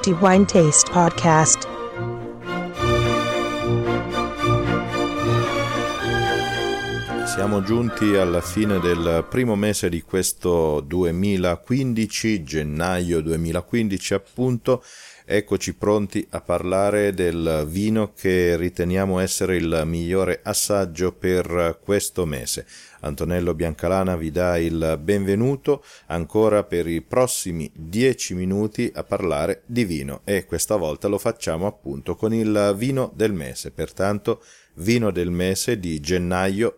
di Wine Taste Podcast. Siamo giunti alla fine del primo mese di questo 2015, gennaio 2015 appunto. Eccoci pronti a parlare del vino che riteniamo essere il migliore assaggio per questo mese. Antonello Biancalana vi dà il benvenuto ancora per i prossimi 10 minuti a parlare di vino, e questa volta lo facciamo appunto con il vino del mese, pertanto vino del mese di gennaio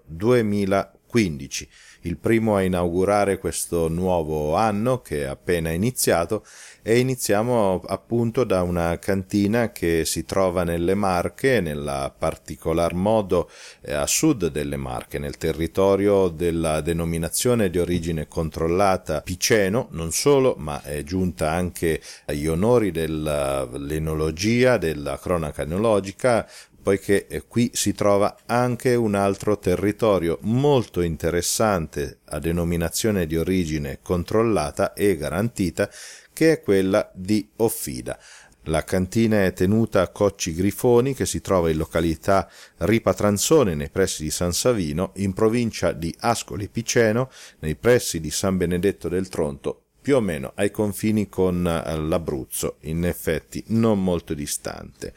2015. Il primo a inaugurare questo nuovo anno che è appena iniziato, e iniziamo appunto da una cantina che si trova nelle Marche, nella particolar modo a sud delle Marche, nel territorio della denominazione di origine controllata Piceno. Non solo, ma è giunta anche agli onori dell'enologia, della cronaca enologica, poiché qui si trova anche un altro territorio molto interessante a denominazione di origine controllata e garantita, che è quella di Offida. La cantina è tenuta a Cocci Grifoni, che si trova in località Ripa Tranzone, nei pressi di San Savino, in provincia di Ascoli Piceno, nei pressi di San Benedetto del Tronto, più o meno ai confini con l'Abruzzo, in effetti non molto distante.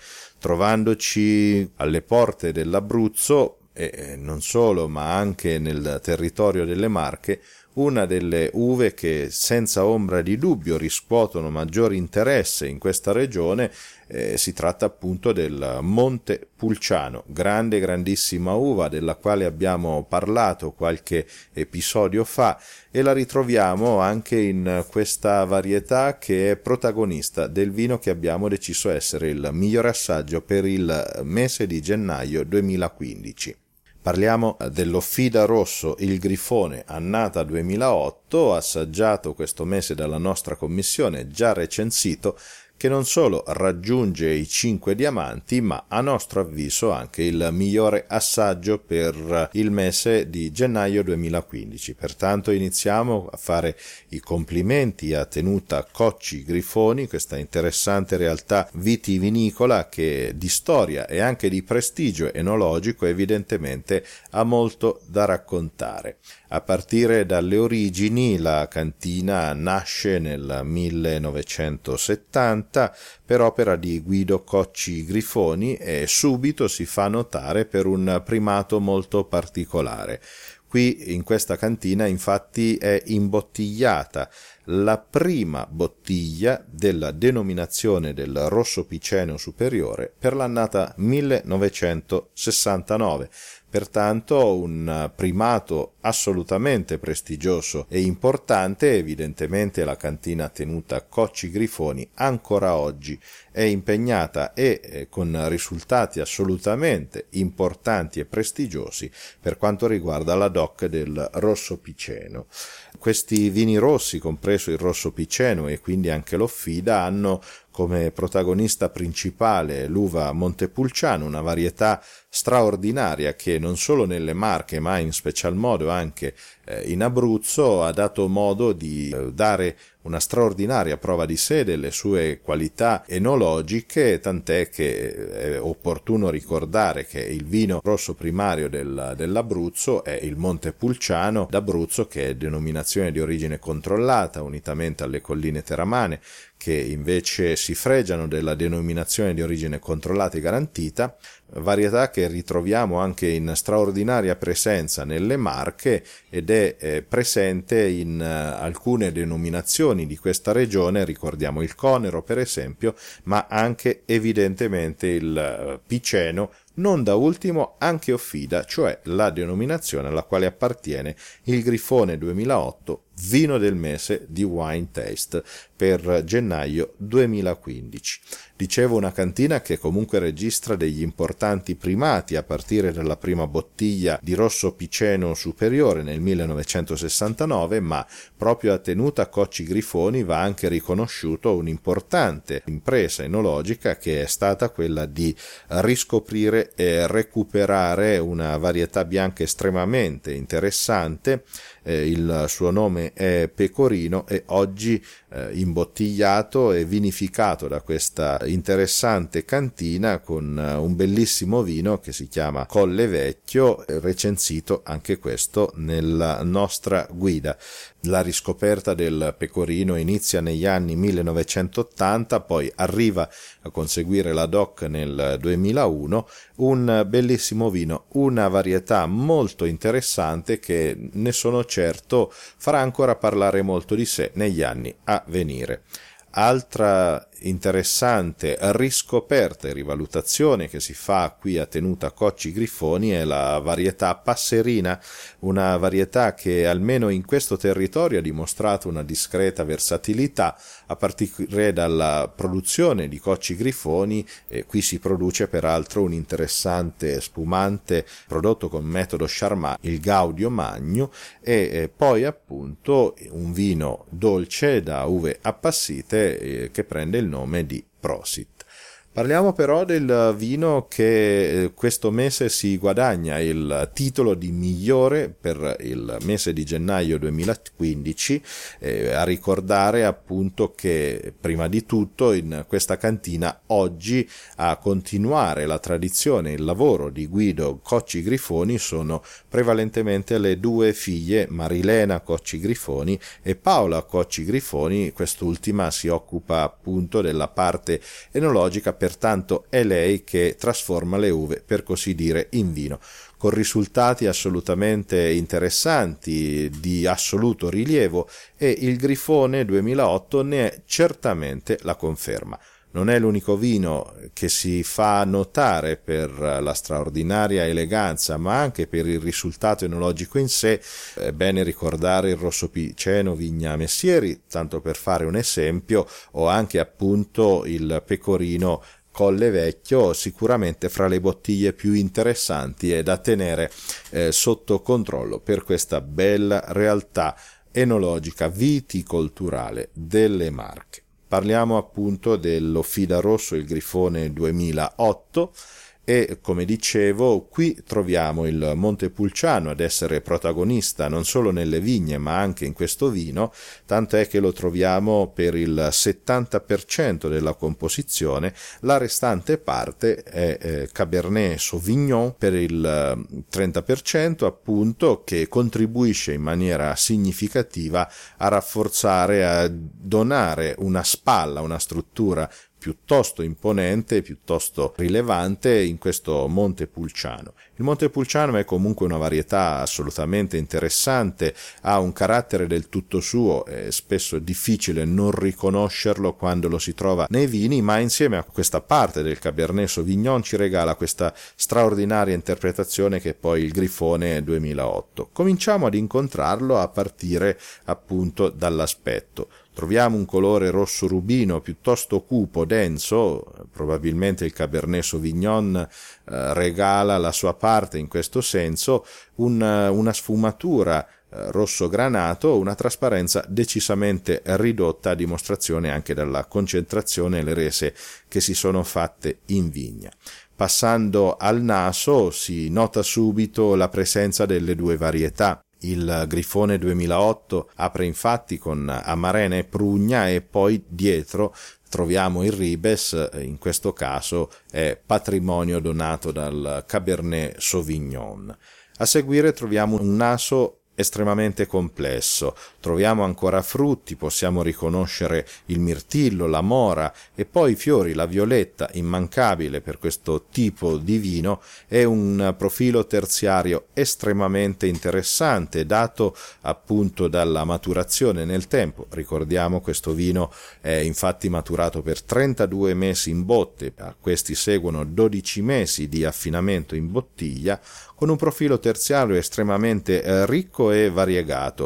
Trovandoci alle porte dell'Abruzzo, e non solo, ma anche nel territorio delle Marche, una delle uve che senza ombra di dubbio riscuotono maggior interesse in questa regione, si tratta appunto del Montepulciano, grandissima uva della quale abbiamo parlato qualche episodio fa, e la ritroviamo anche in questa varietà che è protagonista del vino che abbiamo deciso essere il migliore assaggio per il mese di gennaio 2015. Parliamo dell'Offida Rosso Il Grifone Annata 2008, assaggiato questo mese dalla nostra commissione, già recensito, che non solo raggiunge i 5 diamanti, ma a nostro avviso anche il migliore assaggio per il mese di gennaio 2015. Pertanto iniziamo a fare i complimenti a Tenuta Cocci Grifoni, questa interessante realtà vitivinicola che di storia e anche di prestigio enologico evidentemente ha molto da raccontare. A partire dalle origini, la cantina nasce nel 1970 per opera di Guido Cocci Grifoni, e subito si fa notare per un primato molto particolare. Qui in questa cantina infatti è imbottigliata la prima bottiglia della denominazione del Rosso Piceno Superiore per l'annata 1969. Pertanto un primato assolutamente prestigioso e importante. Evidentemente la cantina Tenuta Cocci Grifoni ancora oggi è impegnata e con risultati assolutamente importanti e prestigiosi per quanto riguarda la DOC del Rosso Piceno. Questi vini rossi, compreso il Rosso Piceno e quindi anche l'Offida, hanno come protagonista principale l'uva Montepulciano, una varietà straordinaria che non solo nelle Marche ma in special modo anche in Abruzzo ha dato modo di dare una straordinaria prova di sé delle sue qualità enologiche, tant'è che è opportuno ricordare che il vino rosso primario dell'Abruzzo è il Montepulciano d'Abruzzo, che è denominazione di origine controllata, unitamente alle colline teramane, che invece si fregiano della denominazione di origine controllata e garantita, varietà che ritroviamo anche in straordinaria presenza nelle Marche ed è presente in alcune denominazioni di questa regione, ricordiamo il Conero per esempio, ma anche evidentemente il Piceno, non da ultimo anche Offida, cioè la denominazione alla quale appartiene il Grifone 2008, vino del mese di Wine Taste per gennaio 2015. Dicevo, una cantina che comunque registra degli importanti primati a partire dalla prima bottiglia di Rosso Piceno Superiore nel 1969, ma proprio a Tenuta Cocci Grifoni va anche riconosciuto un'importante impresa enologica che è stata quella di riscoprire e recuperare una varietà bianca estremamente interessante. Il suo nome è Pecorino e oggi imbottigliato e vinificato da questa interessante cantina con un bellissimo vino che si chiama Colle Vecchio, recensito anche questo nella nostra guida. La riscoperta del pecorino inizia negli anni 1980, poi arriva a conseguire la DOC nel 2001, un bellissimo vino, una varietà molto interessante che, ne sono certo, farà ancora parlare molto di sé negli anni a venire. Altra interessante riscoperta e rivalutazione che si fa qui a Tenuta Cocci Grifoni è la varietà Passerina, una varietà che almeno in questo territorio ha dimostrato una discreta versatilità a partire dalla produzione di Cocci Grifoni. Qui si produce peraltro un interessante spumante prodotto con metodo Charmat, il Gaudio Magno, e poi appunto un vino dolce da uve appassite che prende il nome di Prosit. Parliamo però del vino che questo mese si guadagna il titolo di migliore per il mese di gennaio 2015, a ricordare appunto che prima di tutto in questa cantina oggi a continuare la tradizione e il lavoro di Guido Cocci Grifoni sono prevalentemente le due figlie Marilena Cocci Grifoni e Paola Cocci Grifoni. Quest'ultima si occupa appunto della parte enologica, pertanto è lei che trasforma le uve, per così dire, in vino, con risultati assolutamente interessanti, di assoluto rilievo, e il Grifone 2008 ne è certamente la conferma. Non è l'unico vino che si fa notare per la straordinaria eleganza, ma anche per il risultato enologico in sé. È bene ricordare il Rosso Piceno Vigna Messieri, tanto per fare un esempio, o anche appunto il Pecorino Colle Vecchio, sicuramente fra le bottiglie più interessanti e da tenere sotto controllo per questa bella realtà enologica viticolturale delle Marche. Parliamo appunto dell'Offida Rosso, il Grifone 2008, e come dicevo qui troviamo il Montepulciano ad essere protagonista non solo nelle vigne ma anche in questo vino, tanto è che lo troviamo per il 70% della composizione. La restante parte è Cabernet Sauvignon per il 30%, appunto, che contribuisce in maniera significativa a rafforzare, a donare una spalla, una struttura piuttosto imponente, piuttosto rilevante in questo Montepulciano. Il Montepulciano è comunque una varietà assolutamente interessante, ha un carattere del tutto suo, è spesso difficile non riconoscerlo quando lo si trova nei vini, ma insieme a questa parte del Cabernet Sauvignon ci regala questa straordinaria interpretazione che è poi il Grifone 2008. Cominciamo ad incontrarlo a partire appunto dall'aspetto. Troviamo un colore rosso rubino piuttosto cupo, denso, probabilmente il Cabernet Sauvignon regala la sua parte in questo senso, una sfumatura rosso granato, una trasparenza decisamente ridotta, a dimostrazione anche della concentrazione e le rese che si sono fatte in vigna. Passando al naso si nota subito la presenza delle due varietà. Il Grifone 2008 apre infatti con Amarena e Prugna e poi dietro troviamo il Ribes, in questo caso è patrimonio donato dal Cabernet Sauvignon. A seguire troviamo un naso estremamente complesso, troviamo ancora frutti, possiamo riconoscere il mirtillo, la mora e poi i fiori, la violetta, immancabile per questo tipo di vino, è un profilo terziario estremamente interessante dato appunto dalla maturazione nel tempo. Ricordiamo, questo vino è infatti maturato per 32 mesi in botte, a questi seguono 12 mesi di affinamento in bottiglia, con un profilo terziario estremamente ricco e variegato,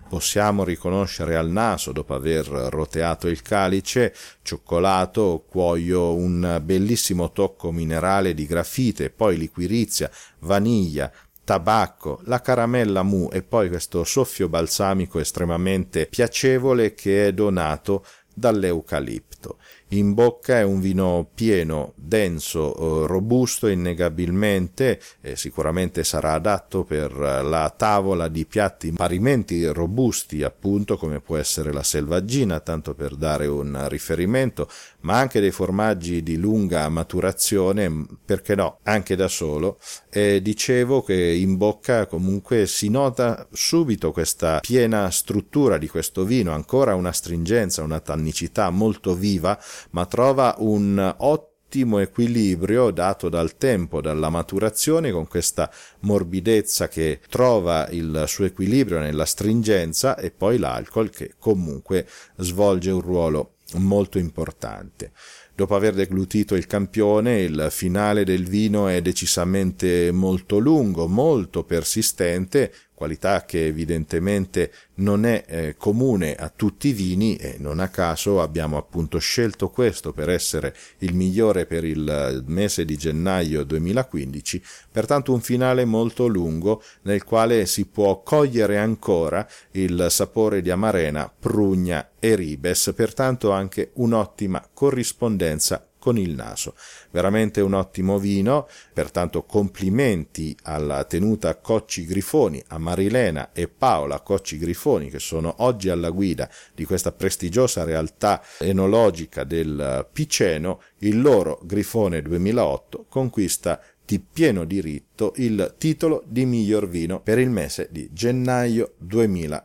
possiamo riconoscere al naso, dopo aver roteato il calice, cioccolato, cuoio, un bellissimo tocco minerale di grafite, poi liquirizia, vaniglia, tabacco, la caramella mousse e poi questo soffio balsamico estremamente piacevole che è donato dall'eucalipto. In bocca è un vino pieno, denso, robusto innegabilmente, sicuramente sarà adatto per la tavola di piatti parimenti robusti, appunto, come può essere la selvaggina, tanto per dare un riferimento, ma anche dei formaggi di lunga maturazione, perché no, anche da solo. Dicevo che in bocca comunque si nota subito questa piena struttura di questo vino, ancora una stringenza, una tannicità molto viva, ma trova un ottimo equilibrio dato dal tempo, dalla maturazione, con questa morbidezza che trova il suo equilibrio nella stringenza, e poi l'alcol che comunque svolge un ruolo molto importante. Dopo aver deglutito il campione, il finale del vino è decisamente molto lungo, molto persistente, qualità che evidentemente non è comune a tutti i vini, e non a caso abbiamo appunto scelto questo per essere il migliore per il mese di gennaio 2015, pertanto un finale molto lungo nel quale si può cogliere ancora il sapore di Amarena, Prugna e Ribes, pertanto anche un'ottima corrispondenza con il naso. Veramente un ottimo vino, pertanto complimenti alla tenuta Cocci Grifoni, a Marilena e Paola Cocci Grifoni, che sono oggi alla guida di questa prestigiosa realtà enologica del Piceno. Il loro Grifone 2008 conquista di pieno diritto il titolo di miglior vino per il mese di gennaio 2015.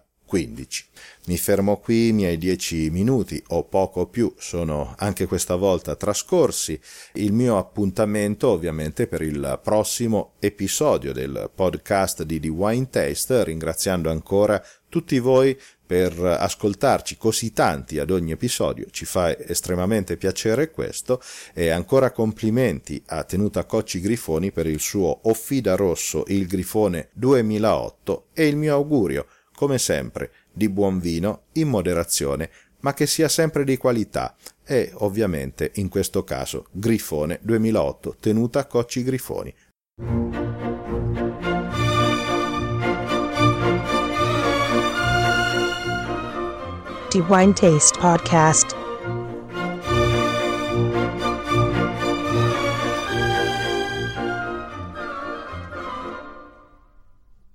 Mi fermo qui, i miei 10 minuti o poco più sono anche questa volta trascorsi. Il mio appuntamento ovviamente per il prossimo episodio del podcast di The Wine Taste, ringraziando ancora tutti voi per ascoltarci così tanti ad ogni episodio, ci fa estremamente piacere questo, e ancora complimenti a Tenuta Cocci Grifoni per il suo Offida Rosso, il Grifone 2008, e il mio augurio, come sempre, di buon vino in moderazione, ma che sia sempre di qualità, e ovviamente in questo caso Grifone 2008 Tenuta Cocci Grifoni. The Wine Taste Podcast.